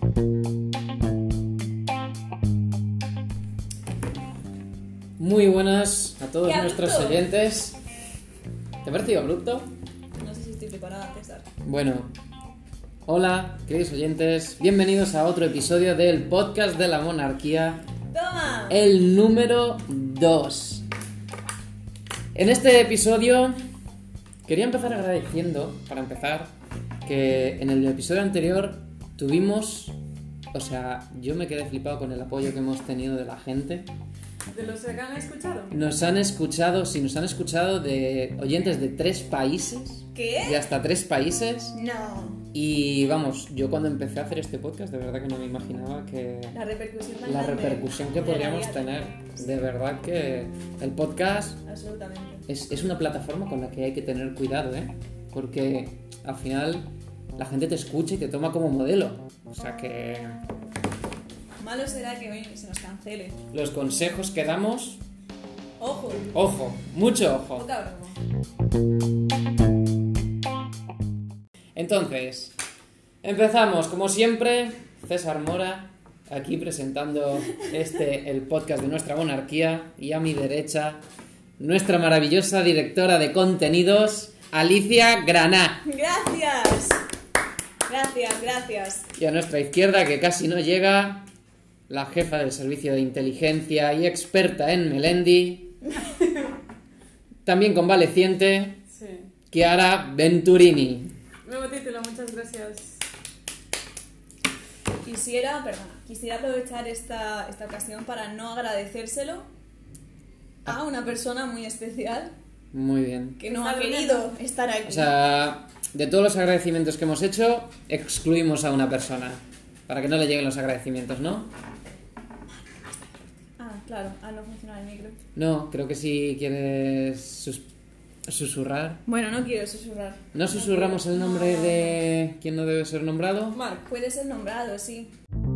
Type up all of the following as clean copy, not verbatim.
Muy buenas a todos nuestros oyentes. ¿Te ha parecido abrupto? No sé si estoy preparada, César. Bueno, hola, queridos oyentes. Bienvenidos a otro episodio del podcast de la monarquía. ¡Toma! El número 2. En este episodio quería empezar agradeciendo, para empezar, que en el episodio anterior tuvimos... O sea, yo me quedé flipado con el apoyo que hemos tenido de la gente. ¿De los que han escuchado? Nos han escuchado de oyentes de 3 países. ¿Qué? De hasta 3 países. No. Y vamos, yo cuando empecé a hacer este podcast, de verdad que no me imaginaba que... La repercusión tan La grande repercusión que de la podríamos vida. tener. De verdad que el podcast Absolutamente. es una plataforma con la que hay que tener cuidado, ¿eh? Porque al final la gente te escucha y te toma como modelo. O sea que Malo será que hoy se nos cancele. los consejos que damos, Ojo. ojo, mucho ojo. Poca broma. Entonces, empezamos, como siempre, César Mora, aquí presentando el podcast de nuestra monarquía, y a mi derecha, nuestra maravillosa directora de contenidos, Alicia Graná. Gracias. Gracias. Y a nuestra izquierda, que casi no llega, la jefa del servicio de inteligencia y experta en Melendi, también convaleciente, Sí. Chiara Venturini. Nuevo título, muchas gracias. Quisiera aprovechar esta ocasión para no agradecérselo a una persona muy especial Muy bien. que no Está ha querido estar aquí. O sea, de todos los agradecimientos que hemos hecho, excluimos a una persona. Para que no le lleguen los agradecimientos, ¿no? Claro. No funciona el micro. No, creo que si quieres susurrar. Bueno, no quiero susurrar. ¿No susurramos el nombre de quién no debe ser nombrado? Marc, Puede ser nombrado, sí.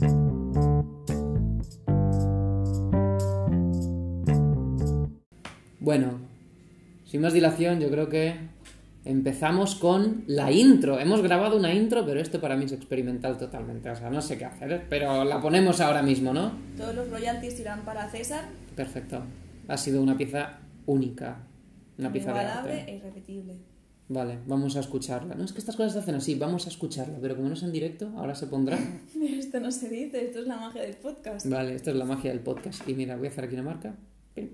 Bueno, sin más dilación, yo creo que empezamos con la intro. Hemos grabado una intro, pero esto para mí es experimental totalmente. O sea, no sé qué hacer, pero la ponemos ahora mismo, ¿no? Todos los royalties irán para César. Perfecto. Ha sido una pieza única. Una pieza de Inigualable arte. e irrepetible. Vale, vamos a escucharla. No, es que estas cosas se hacen así, vamos a escucharla, pero como no es en directo, ahora se pondrá. Esto no se dice, esto es la magia del podcast. Vale, esto es la magia del podcast. Y mira, voy a hacer aquí una marca. Pim.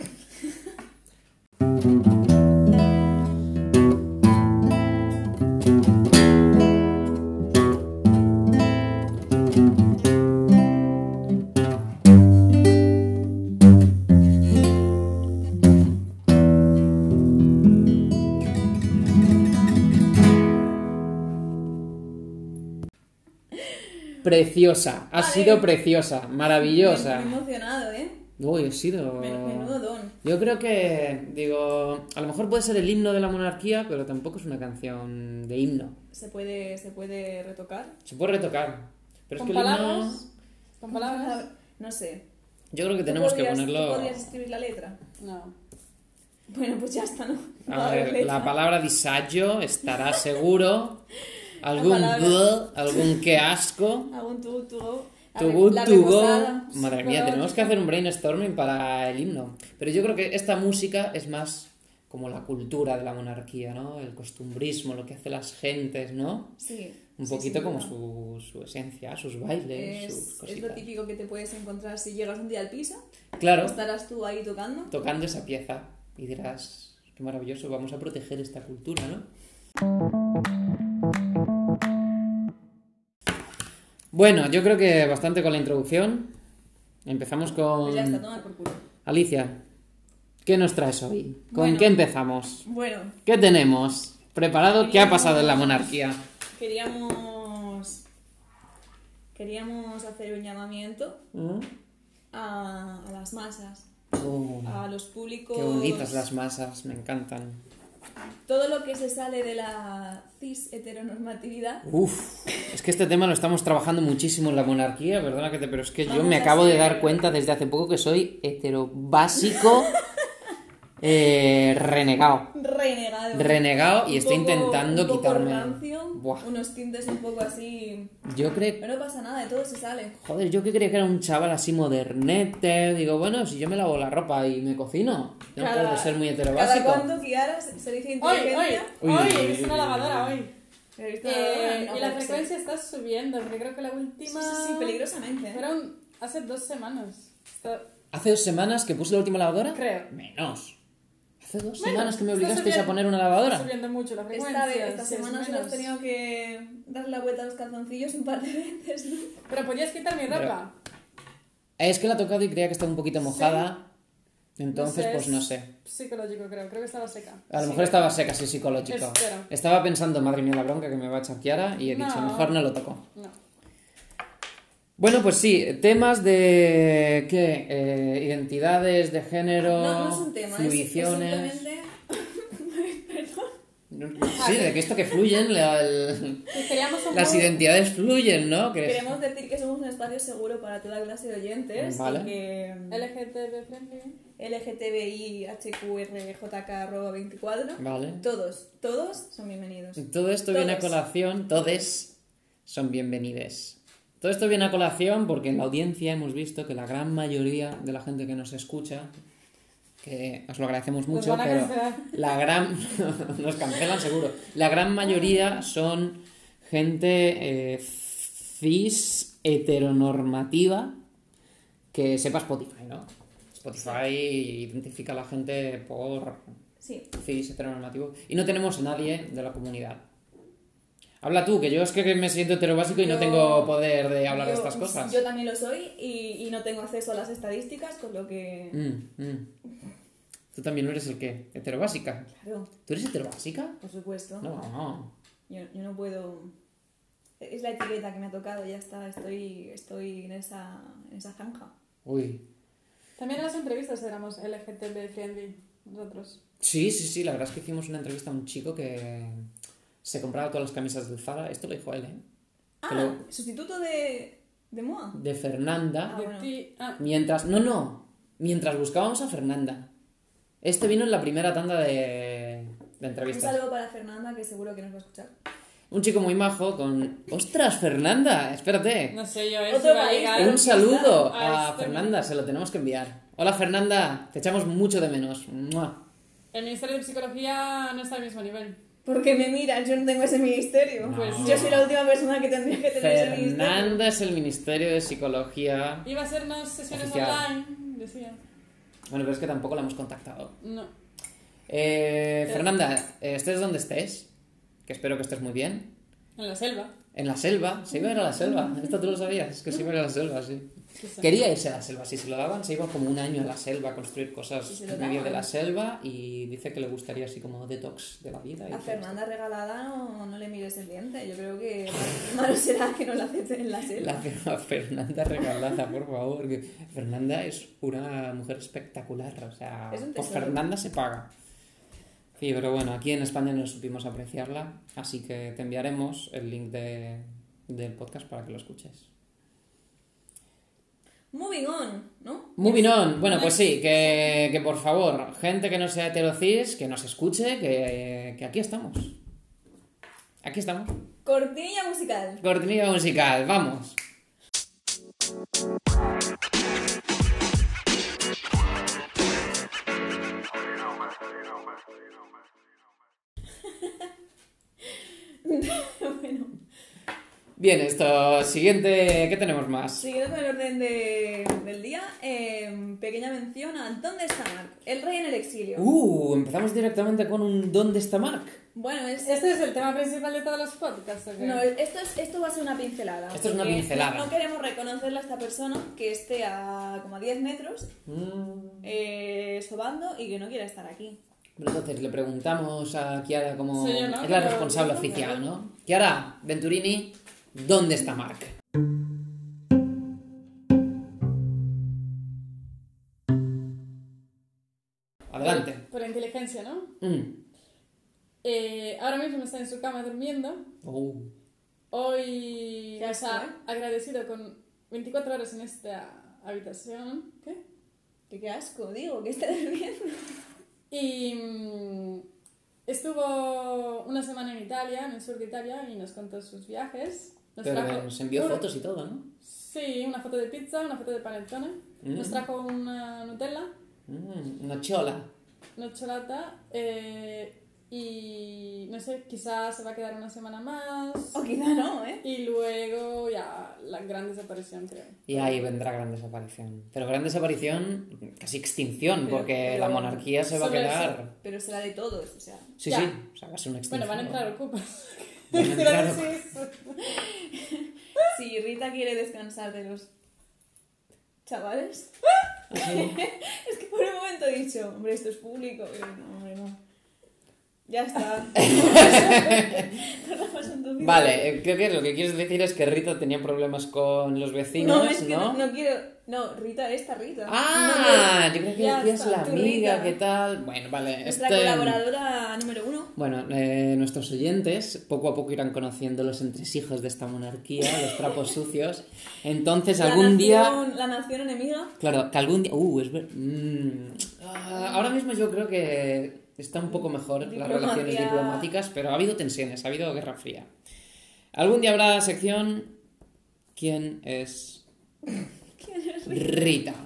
Preciosa, ha Vale. sido preciosa, maravillosa. Me he emocionado, ¿eh? Uy, ha sido... Menudo don. Yo creo que, digo, a lo mejor puede ser el himno de la monarquía, pero tampoco es una canción de himno. Se puede retocar. Se puede retocar. Pero ¿con es que el himno... palabras? ¿Con palabras? No sé. Yo creo que ¿Tú tenemos que podrías- ponerlo... ¿tú podrías escribir la letra? No. Bueno, pues ya está, ¿no? A Va a haber ver, letra. la palabra disagio estará seguro. Algún palabra. algún qué asco. Algún tubo. Tugu, La tugo. reposada. Madre mía, tenemos que hacer un brainstorming para el himno. Pero yo creo que esta música es más como la cultura de la monarquía, ¿no? El costumbrismo, lo que hacen las gentes, ¿no? Sí. Un sí, poquito sin como duda. su esencia, sus bailes, sus Es lo cositas. típico que te puedes encontrar si llegas un día al piso. Claro, Estarás tú ahí tocando. tocando esa pieza y dirás, qué maravilloso, vamos a proteger esta cultura, ¿no? Bueno, yo creo que bastante con la introducción. Empezamos con... Pues ya está, toma por culo. Alicia, ¿qué nos traes hoy? ¿Con Bueno. qué empezamos? Bueno, ¿Qué tenemos preparado? ¿Qué ha pasado en la monarquía? queríamos hacer un llamamiento ¿Mm? a las masas, Oh, a los públicos. qué bonitas las masas, me encantan. Todo lo que se sale de la cis heteronormatividad. Uf, es que este tema lo estamos trabajando muchísimo en la monarquía, perdona que te... Pero es que yo Vamos me a acabo de ser- dar cuenta desde hace poco que soy heterobásico renegado. Renegado. Renegado y Un estoy poco- intentando un poco quitarme... rancio. Buah. unos tintes un poco así. Yo creo... Pero no pasa nada, de todo se sale. Joder, yo que creía que era un chaval así modernete. Digo, bueno, si yo me lavo la ropa y me cocino, no puedo ser muy Cada heterobásico. cuánto Kiara se dice Hoy, inteligencia. Uy, hoy, uy, uy, he visto una uy, lavadora uy. hoy. He visto la- no, Y la pero frecuencia está subiendo, porque creo que la Sí, última... sí, peligrosamente. Fueron hace 2 semanas. ¿Hace 2 semanas que puse la última lavadora? Creo. Menos. ¿Hace 2 Menos, semanas que me está obligasteis a subiendo- poner una Está lavadora? subiendo mucho la frecuencia. Esta si es semana solo he menos. tenido que dar la vuelta a los calzoncillos un par de veces, ¿no? Pero podías quitar mi ropa. Es que la he tocado y creía que estaba un poquito mojada. Entonces, No sé, pues no es sé. Psicológico, creo que estaba seca. A lo Sí. mejor estaba seca, sí, psicológico. Espero. Estaba pensando, madre mía, la bronca que me va a echar Kiara, y he dicho, No. mejor no lo toco. No. Bueno, pues sí, temas de... ¿qué? Identidades de género, No es un tema, es fluiciones... simplemente... Sí, de que esto que fluyen, Y queríamos un las poco- identidades fluyen, ¿no? Que Queremos decir que somos un espacio seguro para toda clase de oyentes Vale. y que LGTB friendly. LGTBIHQRJK24 Vale. todos son bienvenidos. Todo esto viene a Todos. colación, todes son bienvenides. Todo esto viene a colación porque en la audiencia hemos visto que la gran mayoría de la gente que nos escucha, que os lo agradecemos mucho, van a pero cancelar. la gran... nos cancelan seguro. La gran mayoría son gente cis heteronormativa que sepa Spotify, ¿no? Spotify identifica a la gente por Sí. cis heteronormativo y no tenemos a nadie de la comunidad. Habla tú, que yo es que me siento heterobásico y no Yo- tengo poder de hablar de Yo- estas cosas. Yo también lo soy y no tengo acceso a las estadísticas, con lo que... ¿Tú también no eres el qué? ¿Heterobásica? Claro, ¿Tú eres heterobásica? por supuesto. No. Yo no puedo... Es la etiqueta que me ha tocado, ya está, estoy en esa zanja. Uy. También en las entrevistas éramos LGTB friendly nosotros. Sí, la verdad es que hicimos una entrevista a un chico que se compraba todas las camisas del Zara. Esto lo dijo él, ¿eh? Que Ah, lo- sustituto de Moa. de Fernanda. Ah, bueno. De ti... Mientras mientras buscábamos a Fernanda. Este vino en la primera tanda de Un entrevistas. saludo para Fernanda, que seguro que nos va a escuchar. Un chico muy majo con... ¡Ostras, Fernanda! Espérate. No sé yo, Otro iba a país, llegar... pero- Un saludo a a este- Fernanda, se lo tenemos que enviar. Hola Fernanda, te echamos mucho de menos. ¡Mua! El Ministerio de Psicología no está al mismo nivel. Porque me miras, yo no tengo ese ministerio. No. Pues yo soy la última persona que tendría que tener ese ministerio. Fernanda es el Ministerio de Psicología. Iba a hacernos sesiones Oficial. online, decía. Bueno, pero es que tampoco la hemos contactado. No. Fernanda, estés donde estés, que espero que estés muy bien. En la selva. En la selva, se iba a ir a la selva. Esto tú lo sabías, que se iba a ir a la selva, sí. Sí, sí. Quería irse a la selva, si se lo daban, se iba como un año a la selva a construir cosas Y se lo en medio de daban. la selva y dice que le gustaría así como detox de la vida. y A todo Fernanda regalada no le mires el diente. Yo creo que malo será que no la acepten en la esto. selva. La Fernanda regalada, por favor. Que Fernanda es una mujer espectacular, o sea, Es un por tesoro. Fernanda se paga. Sí, pero bueno, aquí en España no supimos apreciarla, así que te enviaremos el link del podcast para que lo escuches. Moving on, ¿no? Moving on. Bueno, pues sí, que por favor, gente que no sea heterocis, que nos escuche, que aquí estamos. Aquí estamos. Cortinilla musical. Cortinilla musical, vamos. Bueno, Bien, esto, siguiente, ¿qué tenemos más? siguiendo con el orden del día, pequeña mención a ¿Dónde está Mark? El rey en el exilio. Empezamos directamente con un ¿dónde está Mark? Bueno, ¿Este es el tema principal de todos los podcasts o qué? No, esto va a ser una pincelada. Esto es una porque pincelada. No queremos reconocerle a esta persona que esté a como a 10 metros sobando y que no quiera estar aquí. Entonces le preguntamos a Chiara como... Sí, yo no, es la pero- responsable oficial, ¿no? Chiara Venturini, ¿dónde está Mark? Adelante. Por la inteligencia, ¿no? Mm. Ahora mismo está en su cama durmiendo. Oh. Hoy Qué nos asco, ha agradecido con 24 horas en esta habitación. ¿Qué? Qué asco, digo, que está durmiendo. Y Estuvo una semana en Italia, en el sur de Italia, y nos contó sus viajes. Pero nos envió fotos y todo, ¿no? Sí, una foto de pizza, una foto de panettone. Nos trajo una Nutella, Una chola. una cholata, y no sé, quizás se va a quedar una semana más. O quizá no, ¿eh? Y luego ya la gran desaparición, creo. Y ahí vendrá gran desaparición. Pero gran desaparición, casi extinción, porque la monarquía se va a Solo quedar. Pero será de todos, o sea. Sí, Ya. sí, o sea, va a ser una extinción. Bueno, van a entrar ocupas. Van a entrar Si Rita quiere descansar de los chavales. Sí. Es que por un momento he dicho, hombre, esto es público. Pero no, hombre, no. Ya está. Vale, creo que lo que quieres decir es que Rita tenía problemas con los vecinos, No, es que ¿no? no quiero. No, Rita, esta Rita. Ah, yo creo que Ya decías está, la tu amiga, Rita. ¿qué tal? Bueno, vale. Nuestra colaboradora número 1. Bueno, nuestros oyentes poco a poco irán conociendo los entresijos de esta monarquía, los trapos sucios. Entonces, algún día... La nación enemiga. Claro, que algún día... ahora mismo yo creo que está un poco mejor las Diplomacia. relaciones diplomáticas, pero ha habido tensiones, ha habido guerra fría. Algún día habrá sección... ¿Quién es Rita?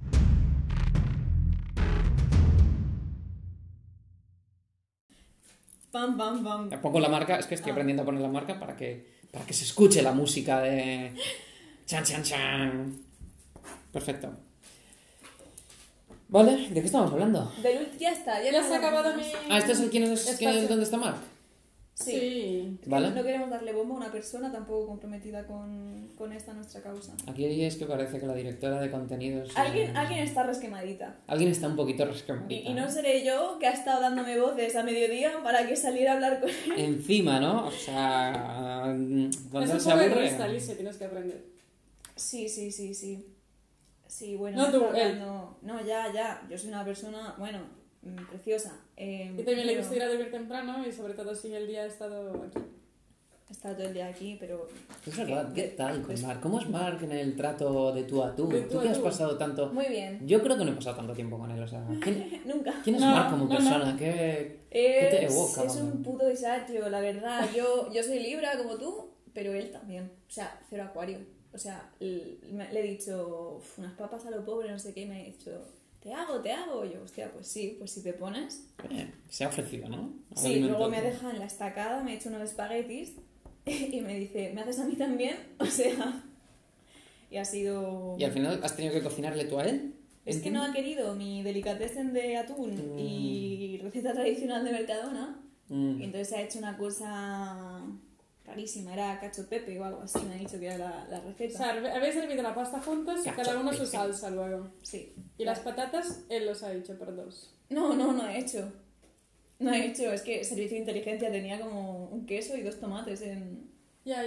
Pam, pam, pam. Pongo la marca, es que estoy aprendiendo a poner la marca para que se escuche la música de... Chan, chan, chan. Perfecto. Vale, ¿de qué estamos hablando? Ya está, ya Ya no se ha acabado hablamos mi... más. Ah, ¿este es el quién es Espacio. dónde está Mark? Sí. Sí. Es que Vale. No queremos darle bombo a una persona tampoco comprometida con esta nuestra causa. Aquí es que parece que la directora de contenidos... Alguien está resquemadita. Alguien está un poquito resquemadita. Y no seré yo que ha estado dándome voces a mediodía para que saliera a hablar con él. Encima, ¿no? O sea... Cuando Es un se poco aburre... egoísta, Alicia, tienes que aprender. Sí. Sí, bueno. No tú, está él. hablando- No, ya. Yo soy una persona, bueno, preciosa. Y también le pero gusta ir a dormir temprano y sobre todo si el día ha estado aquí. Está todo el día aquí, pero... Es verdad, ¿qué tal con Pues- Mark? ¿Cómo es Mark en el trato de tú a tú? De tú ¿Tú a que has tú. pasado tanto...? Muy bien. Yo creo que no he pasado tanto tiempo con él, o sea... Nunca. ¿Quién es No, Mark como no, persona? no. ¿Qué te evoca? Es un puto desastre, la verdad. Yo soy Libra como tú, pero él también. O sea, cero Acuario. O sea, le he dicho "Uf, unas papas a lo pobre, no sé qué", y me ha dicho, te hago. Y yo, hostia, pues sí, pues si te pones. Se ha ofrecido, ¿no? Sí, luego me ha dejado en la estacada, me ha hecho unos espaguetis y me dice, ¿me haces a mí también? O sea, y ha sido... ¿Y al final has tenido que cocinarle tú a él? Es que no ha querido mi delicatessen de atún y receta tradicional de Mercadona. Y entonces ha hecho una cosa rarísima, era cacho pepe o algo así, me ha dicho que era la O receta. sea, habéis servido la pasta juntos y Cacho cada uno su pepe. salsa luego. Sí. Y las patatas, él los ha hecho por dos. No he hecho. No he hecho, es que servicio de inteligencia tenía como un queso y 2 tomates en... Ya.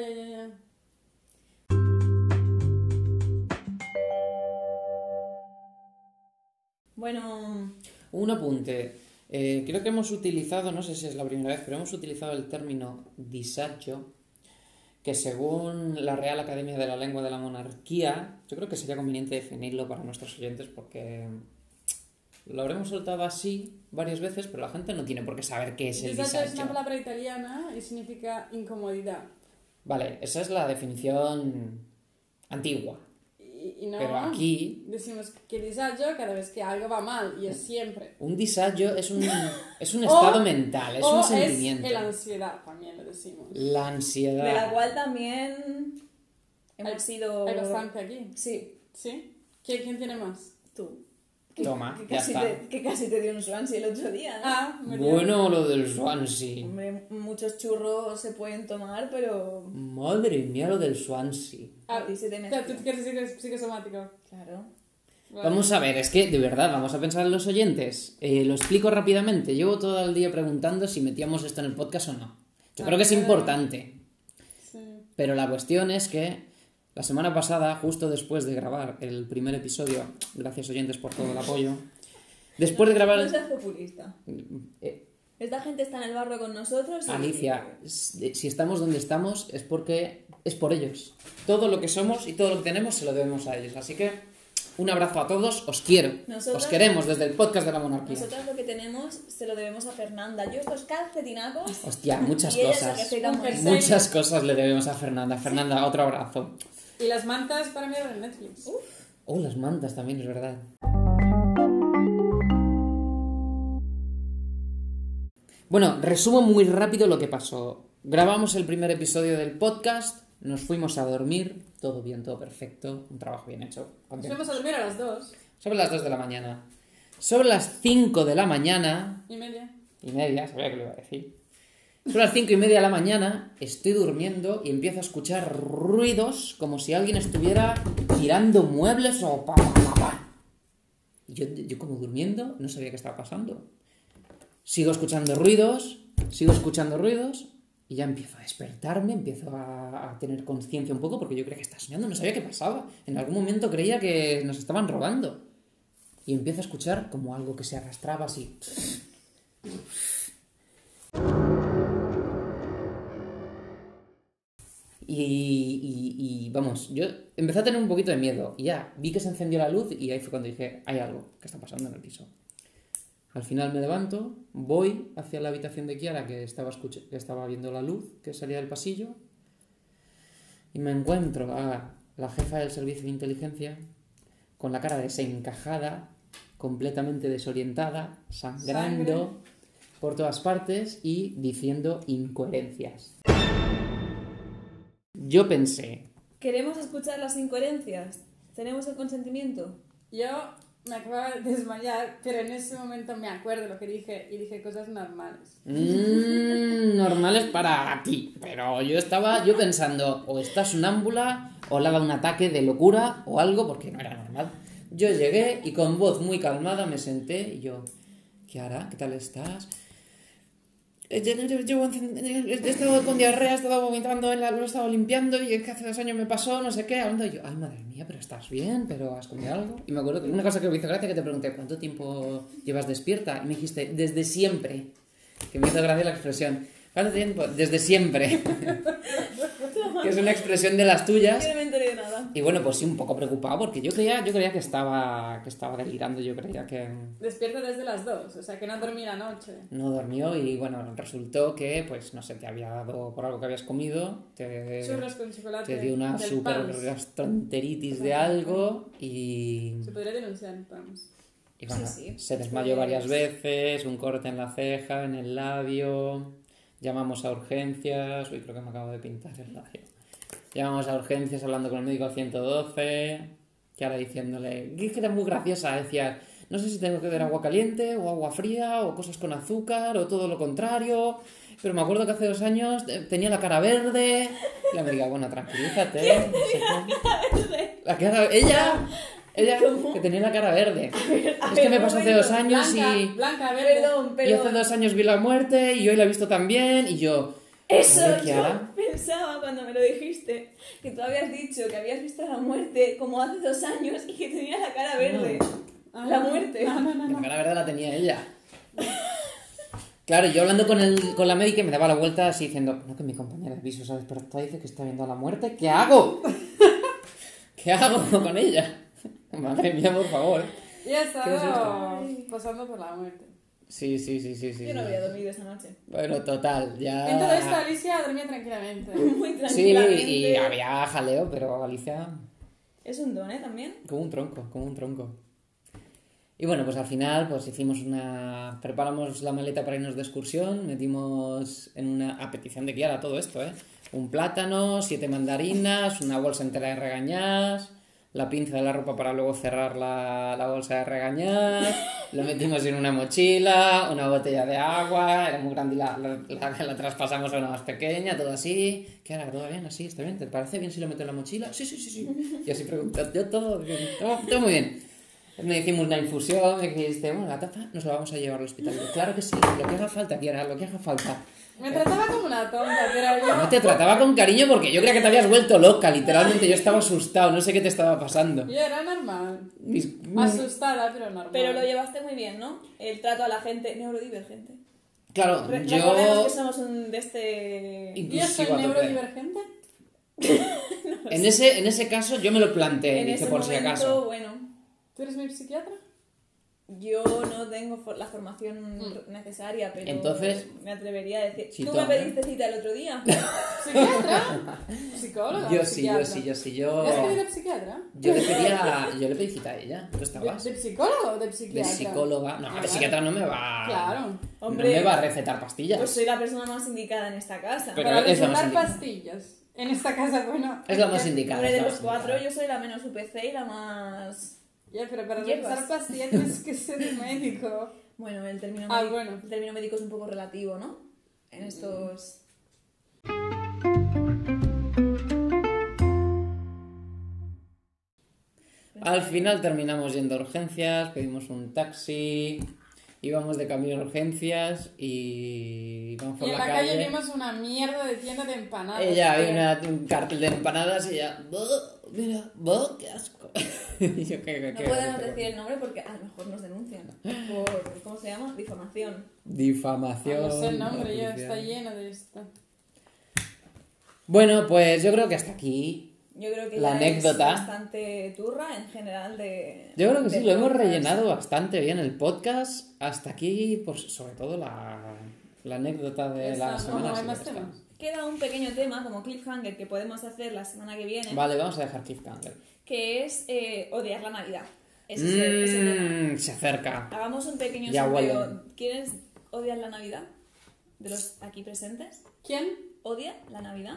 Bueno, Un apunte. Creo que hemos utilizado, no sé si es la primera vez, pero hemos utilizado el término disagio, que según la Real Academia de la Lengua de la Monarquía, yo creo que sería conveniente definirlo para nuestros oyentes porque lo habremos soltado así varias veces, pero la gente no tiene por qué saber qué es el Disagio es una disagio. palabra italiana y significa incomodidad. Vale, esa es la definición antigua. Y no, Pero aquí, decimos que disagio cada vez que algo va mal y es siempre. un disagio es un O- estado mental, es o un sentimiento. es la ansiedad, también lo decimos. La ansiedad. de la cual también hemos sido... Hay bastante aquí. Sí, ¿Sí? ¿Quién tiene más? tú. Toma, que ya casi está. que casi te dio un Swansea el otro día, ¿no? Ah, me dio- Bueno, lo del Swansea. Hombre, muchos churros se pueden tomar, pero... Madre mía, lo del Swansea. A ti se te Tú mezcla. quieres decir que es psicosomático. Claro. Vale. Vamos a ver, es que de verdad, vamos a pensar en los oyentes. Lo explico rápidamente. Llevo todo el día preguntando si metíamos esto en el podcast o no. Yo creo que es claro. importante. Sí. Pero la cuestión es que la semana pasada, justo después de grabar el primer episodio, gracias oyentes por todo el apoyo, después de grabar... No seas populista. Eh, Esta gente está en el barro con nosotros y... Alicia, si estamos donde estamos es porque es por ellos. Todo lo que somos y todo lo que tenemos se lo debemos a ellos. Así que Un abrazo a todos, os quiero. Nosotras- Os queremos desde el podcast de la monarquía. Nosotras lo que tenemos se lo debemos a Fernanda. Yo estos calcetinacos... Hostia, muchas y ella se cosas. receta muy bien. Muchas cosas le debemos a Fernanda. Fernanda, otro abrazo. Y las mantas para mirar en Netflix. Oh, las mantas también, es verdad. Bueno, resumo muy rápido lo que pasó. Grabamos el primer episodio del podcast, nos fuimos a dormir, todo bien, todo perfecto, un trabajo bien hecho. Nos Contentos. fuimos a dormir a las 2:30. Sobre las 2 de la mañana. Sobre las 5 de la mañana, y media, sabía que lo iba a decir. Sobre las 5:30 de la mañana estoy durmiendo y empiezo a escuchar ruidos como si alguien estuviera tirando muebles o pa, pa, pa, pa. Y yo como durmiendo no sabía qué estaba pasando. Sigo escuchando ruidos y ya empiezo a despertarme, empiezo a tener conciencia un poco porque yo creía que estaba soñando, no sabía qué pasaba. En algún momento creía que nos estaban robando. Y empiezo a escuchar como algo que se arrastraba así. Y vamos, yo empecé a tener un poquito de miedo. Y ya, vi que se encendió la luz y ahí fue cuando dije, hay algo que está pasando en el piso. Al final me levanto, voy hacia la habitación de Kiara que estaba viendo la luz que salía del pasillo y me encuentro a la jefa del servicio de inteligencia con la cara desencajada, completamente desorientada, sangrando por todas partes y diciendo incoherencias. Yo pensé, ¿Queremos escuchar las incoherencias? ¿Tenemos el consentimiento? Yo me acababa de desmayar, pero en ese momento me acuerdo lo que dije y dije cosas normales. normales para ti, pero yo pensando, o está sonámbula, o le ha dado un ataque de locura, o algo, porque no era normal. Yo llegué y con voz muy calmada me senté y yo, Kiara, ¿qué tal estás? He estado con diarrea, he estado vomitando, lo he estado limpiando y es que hace 2 años me pasó, no sé qué, hablando y yo, ay madre mía, pero estás bien, pero has comido algo. Y me acuerdo que una cosa que me hizo gracia que te pregunté, ¿cuánto tiempo llevas despierta? Y me dijiste, desde siempre, que me hizo gracia la expresión. ¿Cuánto tiempo? Desde siempre. Que es una expresión de las tuyas. Yo no me enteré de nada. Y bueno, pues sí, un poco preocupado porque yo creía que estaba delirando, yo creía que Despierta desde las 2, o sea que no dormí la noche. no durmió y bueno, resultó que, pues no sé, te había dado por algo que habías comido, Churros con chocolate. te dio una del super Pams. gastroenteritis de algo y Se podría denunciar en Pams. bueno, Sí. se desmayó varias veces, un corte en la ceja, en el labio, llamamos a urgencias, uy, creo que me acabo de pintar el labio. Llamamos a urgencias hablando con el médico al 112, que ahora diciéndole, que era muy graciosa, decía, no sé si tengo que beber agua caliente o agua fría o cosas con azúcar o todo lo contrario, pero me acuerdo que hace 2 años tenía la cara verde. Y la médica, bueno, tranquilízate. No sé qué. La cara, ella ¿Cómo? que tenía la cara verde. Es que me pasó hace 2 años Blanca, verde. Perdón, y hace 2 años vi la muerte y hoy la he visto también y yo... Eso, a ver, yo Kiara. pensaba cuando me lo dijiste, que tú habías dicho que habías visto la muerte como hace 2 años y que tenía la cara verde. Ah, La no. muerte. La cara verde la tenía ella. Claro, yo hablando con la médica me daba la vuelta así diciendo, no, que mi compañera de piso se ha despertado y dice que está viendo a la muerte, ¿qué hago? ¿Qué hago con ella? Madre mía, por favor. Y he estado Ay. pasando por la muerte. Sí. Yo no había dormido esa noche. Bueno, total, ya... En todo esto Alicia dormía tranquilamente. Muy Sí, tranquilamente. y había jaleo, pero Alicia... Es un don, ¿eh? También. Como un tronco. Y bueno, pues al final pues preparamos la maleta para irnos de excursión, metimos a petición de Kiara todo esto, un plátano, 7 mandarinas, una bolsa entera de regañás, la pinza de la ropa para luego cerrar la bolsa de regañás, lo metimos en una mochila, una botella de agua, era muy grande y la traspasamos a una más pequeña, todo así. Kiara, ¿todo bien? ¿Así? ¿Está bien? ¿Te parece bien si lo meto en la mochila? Sí. Y así preguntando, yo todo bien, todo muy bien. Me hicimos una infusión, me dijiste, bueno, la tapa nos la vamos a llevar al hospital. Yo, claro que sí, lo que haga falta, Kiara, lo que haga falta. Me trataba como una tonta, pero yo... No te trataba con cariño porque yo creía que te habías vuelto loca, literalmente yo estaba asustado, no sé qué te estaba pasando. Yo era normal. Asustada, pero normal. Pero lo llevaste muy bien, ¿no? El trato a la gente neurodivergente. Claro, Recordemos yo... que somos un de este... ¿Yo soy Inclusivo a tope. neurodivergente? En ese caso yo me lo planteé, En dije ese por momento, si acaso. bueno... ¿Tú eres mi psiquiatra? Yo no tengo la formación necesaria, pero Entonces, me atrevería a decir... sí, ¿Tú toma. me pediste cita el otro día? ¿Psiquiatra? ¿Psicóloga? Yo o sí, psiquiatra? yo... ¿Le has pedido psiquiatra? Yo le pedí cita a ella. ¿Tú estabas? ¿De psicólogo o de De psiquiatra? psicóloga. No, Ah, de psiquiatra no me va... Claro. Hombre, no me va a recetar pastillas. Pues soy la persona más indicada en esta casa. Pero Para es la más recetar indicada. pastillas. En esta casa, bueno... Es la más indicada. Hombre, es de la los más 4 indicada. yo soy la menos UPC y la más... Ya, pero para Hierbas. recetar pastillas tienes que ser médico. Bueno, el término, Bueno. el término médico es un poco relativo, ¿no? En estos... Al final terminamos yendo a urgencias, pedimos un taxi, íbamos de camino a urgencias y íbamos por Y en la la calle calle. vimos una mierda de tienda de empanadas. Ella tío. había un cartel de empanadas y ella, "Buh, mira, buh, qué asco". Y yo, ¿qué No podemos decir el nombre porque a lo mejor nos denuncian por, ¿cómo se llama? Difamación. Difamación. No sé el nombre, ya oficial. está lleno de esto. Bueno, pues yo creo que hasta aquí. Yo creo que La ya anécdota. es bastante turra en general de... Yo creo que sí, de lo hemos podcast. rellenado bastante bien el podcast. Hasta aquí, pues sobre todo la anécdota de la Esa, semana. no, hay sí más que está. temas. Queda un pequeño tema como cliffhanger que podemos hacer la semana que viene, Vale, vamos a dejar cliffhanger. que es odiar la Navidad. Ese es el tema. Se acerca. Hagamos un pequeño Ya sorteo. huele. ¿Quiénes odian la Navidad? De los aquí presentes. ¿Quién? ¿Odia la Navidad?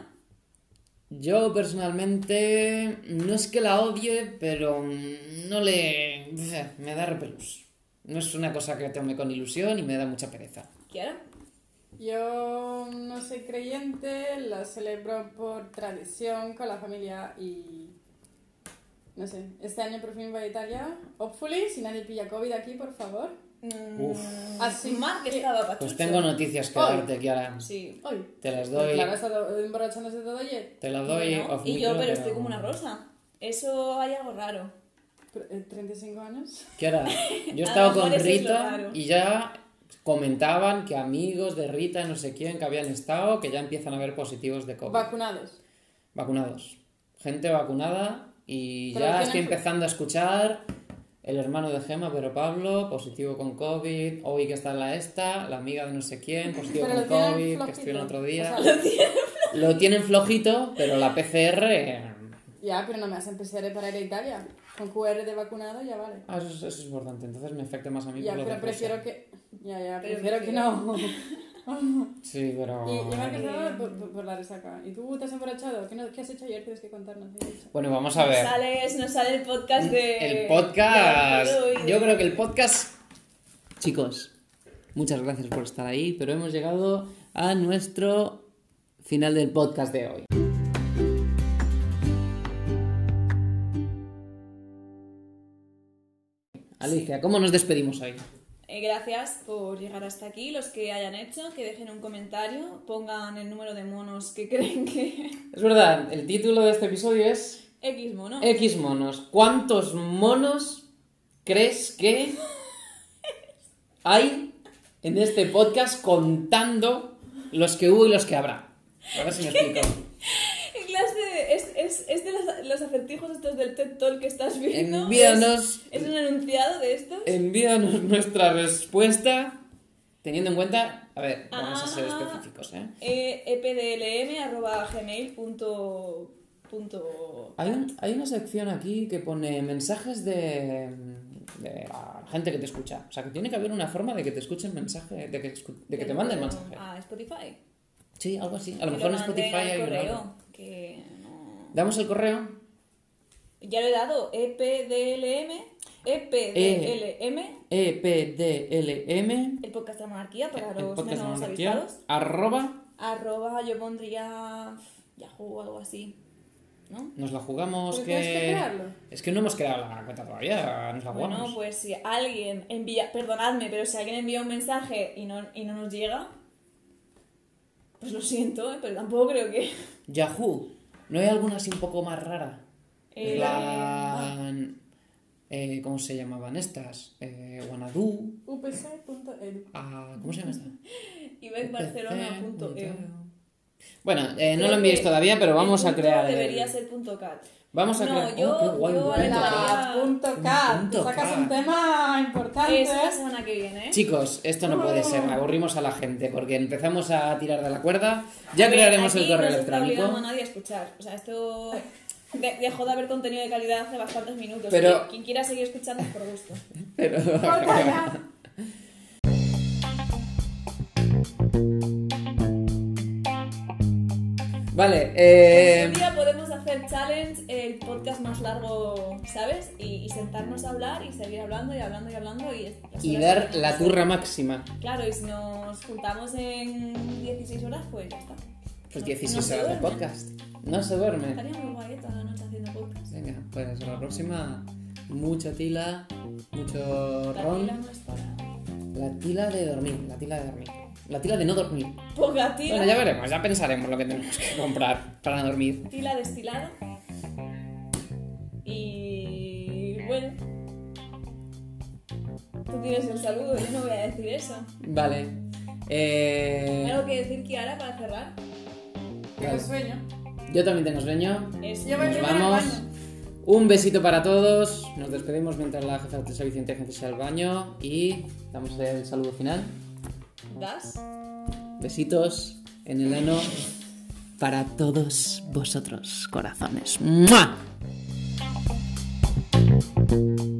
Yo personalmente no es que la odie, pero no le... me da repelús. No es una cosa que tome con ilusión y me da mucha pereza. ¿Kiara? Yo no soy creyente, la celebro por tradición con la familia y... No sé, este año por fin voy a Italia. Hopefully, si nadie pilla COVID aquí, por favor. Uf. Así Mark que- estaba pachucho. Pues tengo noticias que Hoy. darte, Kiara. Sí. Hoy. Te las Pues doy, claro, ha estado emborrachándose todo ayer. te las doy Bueno, off y yo, micro, pero estoy como una rosa. Eso hay algo raro. 35 años. Kiara, yo he A estado lo mejor con eso es lo Rita raro. y ya comentaban que amigos de Rita y no sé quién que habían estado, que ya empiezan a haber positivos de COVID. Vacunados. Vacunados. Gente vacunada y Pero ya tienen estoy flu- empezando a escuchar el hermano de Gemma, pero Pablo, positivo con COVID. Hoy que está en la esta, la amiga de no sé quién, positivo Pero con lo tienen COVID, que flojito. estuvieron otro día. O sea, Lo tienen flojito, pero la PCR... ya, pero no me hacen PCR para ir a Italia. Con QR de vacunado ya vale. eso es importante, entonces me afecta más a mí Ya, por lo pero de prefiero rosa. que... Ya, Pero prefiero que prefiero- no. Sí, pero... Y yo me he quedado por la resaca. ¿Y tú te has emborrachado? ¿Qué has hecho ayer? Tienes que contarnos. ¿Qué has hecho? Bueno, vamos a ver. Nos sale el podcast de... El podcast... de Arturo y de- Yo creo que el podcast... Chicos, muchas gracias por estar ahí, pero hemos llegado a nuestro final del podcast de hoy. Alicia, ¿cómo nos despedimos hoy? Gracias por llegar hasta aquí. Los que hayan hecho, que dejen un comentario, pongan el número de monos que creen que... Es verdad, el título de este episodio es X mono. X monos. ¿Cuántos monos crees que hay en este podcast contando los que hubo y los que habrá? A ver si me explico. ¿Qué clase de... ¿Es de los acertijos estos del TED Talk que estás viendo? Envíanos, ¿Es un enunciado de estos? envíanos nuestra respuesta teniendo en cuenta... A ver, vamos a ser Ah. específicos, ¿eh? epdlm@gmail.com. Hay una sección aquí que pone mensajes de la gente que te escucha. O sea, que tiene que haber una forma de que te escuchen mensaje, de que te manden mensaje. A Spotify. Sí, algo así. A lo Que mejor en manden Spotify al hay un correo, algo. que no... Damos el correo. Ya lo he dado, epdlm, EPDLM el podcast de la monarquía para el los podcast de menos monarquía, avispados, @, yo pondría Yahoo o algo así, ¿no? nos la jugamos ¿Pero tienes que crearlo? Es que no hemos creado la cuenta todavía, nos la jugamos. Bueno, pues si alguien envía, perdonadme, pero si alguien envía un mensaje y no nos llega, pues lo siento, pero tampoco creo que... Yahoo, ¿no hay alguna así un poco más rara? En Eh, plan, ¿cómo se llamaban estas? Wanadu, upc.edu. ¿cómo se llama esta? ibecbarcelona.eu. Bueno, no Creo lo enviéis que todavía, pero vamos el a punto crear. Debería ser .cat. Vamos a No, crear... yo- qué guay, yo guay. la- La punto K. Punto Sacas K. un tema importante. Es la semana que viene, ¿eh? Chicos, esto no puede ser, aburrimos a la gente porque empezamos a tirar de la cuerda, ya crearemos el Aquí correo no se está obligando a electrónico. nadie a escuchar. O sea, esto dejó de haber contenido de calidad hace bastantes minutos. Pero- Quien quiera seguir escuchando es por gusto. Pero... Corta ya. Vale, Un día podemos hacer challenge, el podcast más largo, ¿sabes? Y sentarnos a hablar y seguir hablando y hablando y hablando las y horas dar que la queremos. turra máxima. Claro, y si nos juntamos en 16 horas, pues ya está. Pues No- 16 no se horas de duerme. podcast. No se duerme. Estaría muy guay toda la noche haciendo podcast. Venga, pues la próxima, mucha tila, mucho La ron. tila no es para... La tila de dormir, la tila de dormir. La tila de no dormir. Poca tila. Bueno, ya veremos, ya pensaremos lo que tenemos que comprar para no dormir. Tila destilada. Y bueno. Tú tienes el saludo, yo no voy a decir eso. Vale. ¿Algo que decir, Kiara, para cerrar? Tengo sueño. Yo también tengo sueño. Es... Yo voy Nos primero al vamos. baño. Un besito para todos. Nos despedimos mientras la jefa de servicio de inteligencia se va al baño. Y damos el saludo final. ¿Das? Besitos en el ano para todos vosotros, corazones. ¡Mua!